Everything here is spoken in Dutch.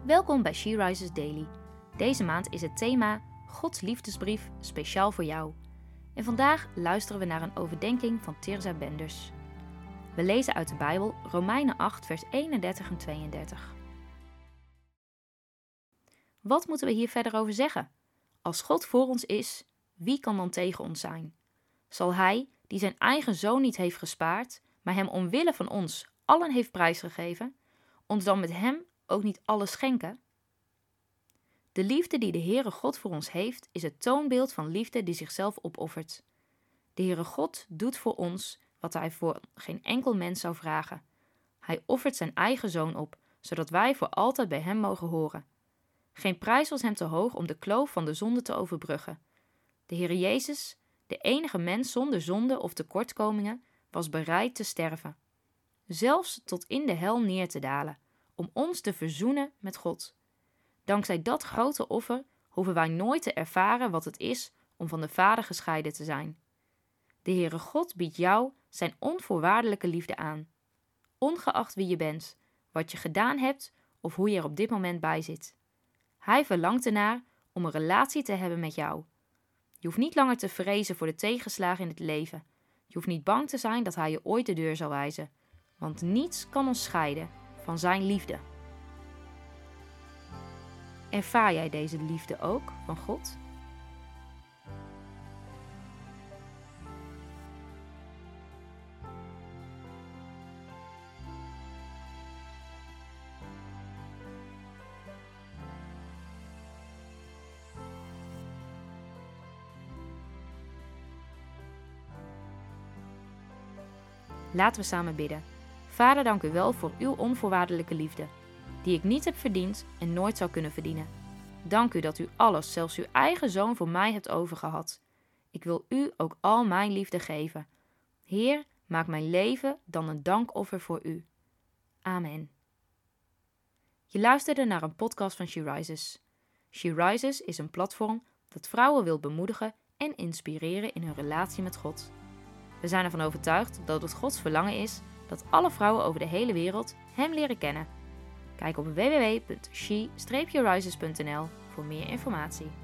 Welkom bij She Rises Daily. Deze maand is het thema Gods liefdesbrief speciaal voor jou. En vandaag luisteren we naar een overdenking van Tirza Benders. We lezen uit de Bijbel Romeinen 8 vers 31 en 32. Wat moeten we hier verder over zeggen? Als God voor ons is, wie kan dan tegen ons zijn? Zal Hij, die zijn eigen zoon niet heeft gespaard, maar hem omwille van ons allen heeft prijsgegeven, ons dan met hem ook niet alles schenken? De liefde die de Heere God voor ons heeft, is het toonbeeld van liefde die zichzelf opoffert. De Heere God doet voor ons wat Hij voor geen enkel mens zou vragen. Hij offert zijn eigen zoon op, zodat wij voor altijd bij Hem mogen horen. Geen prijs was Hem te hoog om de kloof van de zonde te overbruggen. De Heere Jezus, de enige mens zonder zonde of tekortkomingen, was bereid te sterven. Zelfs tot in de hel neer te dalen, om ons te verzoenen met God. Dankzij dat grote offer hoeven wij nooit te ervaren wat het is om van de Vader gescheiden te zijn. De Heere God biedt jou zijn onvoorwaardelijke liefde aan. Ongeacht wie je bent, wat je gedaan hebt of hoe je er op dit moment bij zit. Hij verlangt ernaar om een relatie te hebben met jou. Je hoeft niet langer te vrezen voor de tegenslagen in het leven. Je hoeft niet bang te zijn dat Hij je ooit de deur zal wijzen. Want niets kan ons scheiden van zijn liefde. Ervaar jij deze liefde ook van God? Laten we samen bidden. Vader, dank u wel voor uw onvoorwaardelijke liefde, die ik niet heb verdiend en nooit zou kunnen verdienen. Dank u dat u alles, zelfs uw eigen zoon, voor mij hebt overgehad. Ik wil u ook al mijn liefde geven. Heer, maak mijn leven dan een dankoffer voor u. Amen. Je luisterde naar een podcast van She Rises. She Rises is een platform dat vrouwen wil bemoedigen en inspireren in hun relatie met God. We zijn ervan overtuigd dat het Gods verlangen is dat alle vrouwen over de hele wereld Hem leren kennen. Kijk op www.she-rises.nl voor meer informatie.